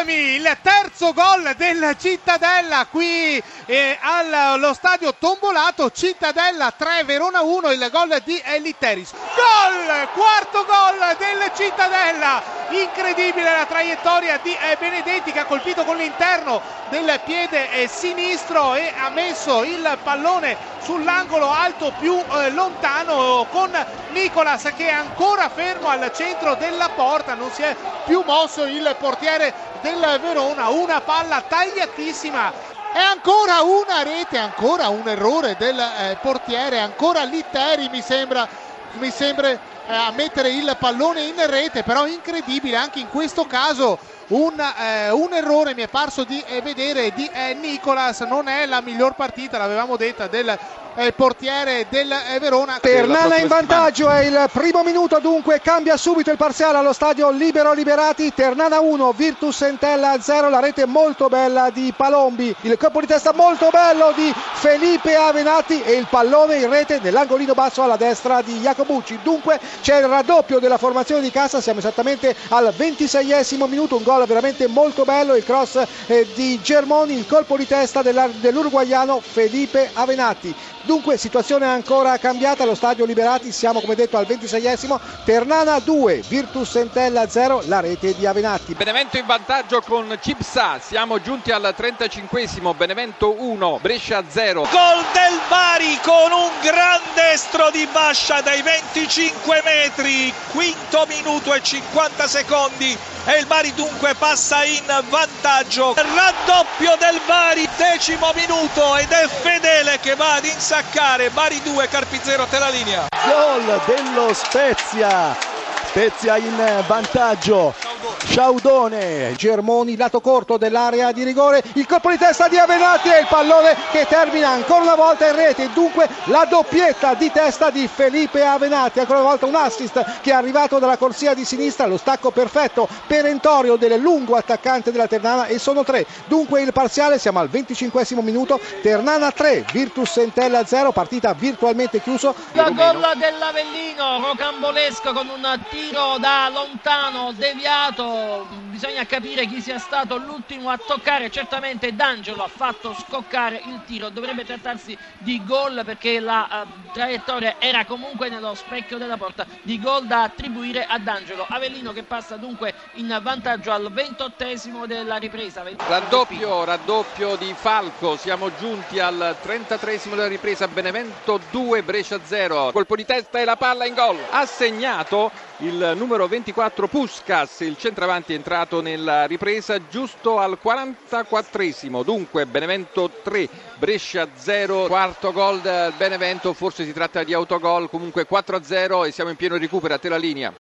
Eccomi, il terzo gol del Cittadella qui allo stadio Tombolato. Cittadella 3, Verona 1, il gol di Litteris. Gol! Quarto gol del Cittadella. Incredibile la traiettoria di Benedetti, che ha colpito con l'interno del piede sinistro e ha messo il pallone sull'angolo alto più lontano, con Nicolas che è ancora fermo al centro della porta. Non si è più mosso il portiere del Verona. Una palla tagliatissima e ancora una rete, ancora un errore del portiere, ancora Litteri mi sembra a mettere il pallone in rete. Però incredibile anche in questo caso un errore mi è parso di vedere di Nicolas. Non è la miglior partita, l'avevamo detta, del portiere del Verona. Ternana in vantaggio, è il primo minuto, dunque cambia subito il parziale allo stadio Libero Liberati. Ternana 1, Virtus Entella 0. La rete molto bella di Palombi, il colpo di testa molto bello di Felipe Avenatti e il pallone in rete nell'angolino basso alla destra di Jacobucci. Dunque c'è il raddoppio della formazione di casa, siamo esattamente al 26esimo minuto, un gol veramente molto bello, il cross di Germoni, il colpo di testa dell'uruguaiano Felipe Avenatti. Dunque situazione ancora cambiata allo stadio Liberati, siamo come detto al 26esimo, Ternana 2, Virtus Entella 0, la rete di Avenatti. Benevento in vantaggio con Cipsa, siamo giunti al 35esimo, Benevento 1, Brescia 0. Gol del Bari con un gran destro di Bascia dai 25 metri, quinto minuto e 50 secondi e il Bari dunque passa in vantaggio. Raddoppio del Bari, 10° minuto, ed è Fedele che va ad insaccare. Bari 2, Carpi 0, te la linea. Gol dello Spezia in vantaggio, Sciaudone, Germoni lato corto dell'area di rigore, il colpo di testa di Avenatti e il pallone che termina ancora una volta in rete. Dunque la doppietta di testa di Felipe Avenatti, ancora una volta un assist che è arrivato dalla corsia di sinistra, lo stacco perfetto perentorio del lungo attaccante della Ternana, e sono 3. Dunque il parziale, siamo al 25esimo minuto, Ternana 3, Virtus Entella 0, partita virtualmente chiuso. Il gol dell'Avellino, rocambolesco con un tiro da lontano deviato. Bisogna capire chi sia stato l'ultimo a toccare. Certamente D'Angelo ha fatto scoccare il tiro, dovrebbe trattarsi di gol perché la traiettoria era comunque nello specchio della porta, di gol da attribuire a D'Angelo. Avellino che passa dunque in vantaggio al 28esimo della ripresa. Raddoppio di Falco, siamo giunti al 33esimo della ripresa, Benevento 2, Brescia 0, colpo di testa e la palla in gol. Ha segnato il numero 24 Puskas, il centravanti è entrato nella ripresa giusto al 44esimo. Dunque Benevento 3, Brescia 0, quarto gol del Benevento, forse si tratta di autogol, comunque 4-0 e siamo in pieno recupero. A te la linea.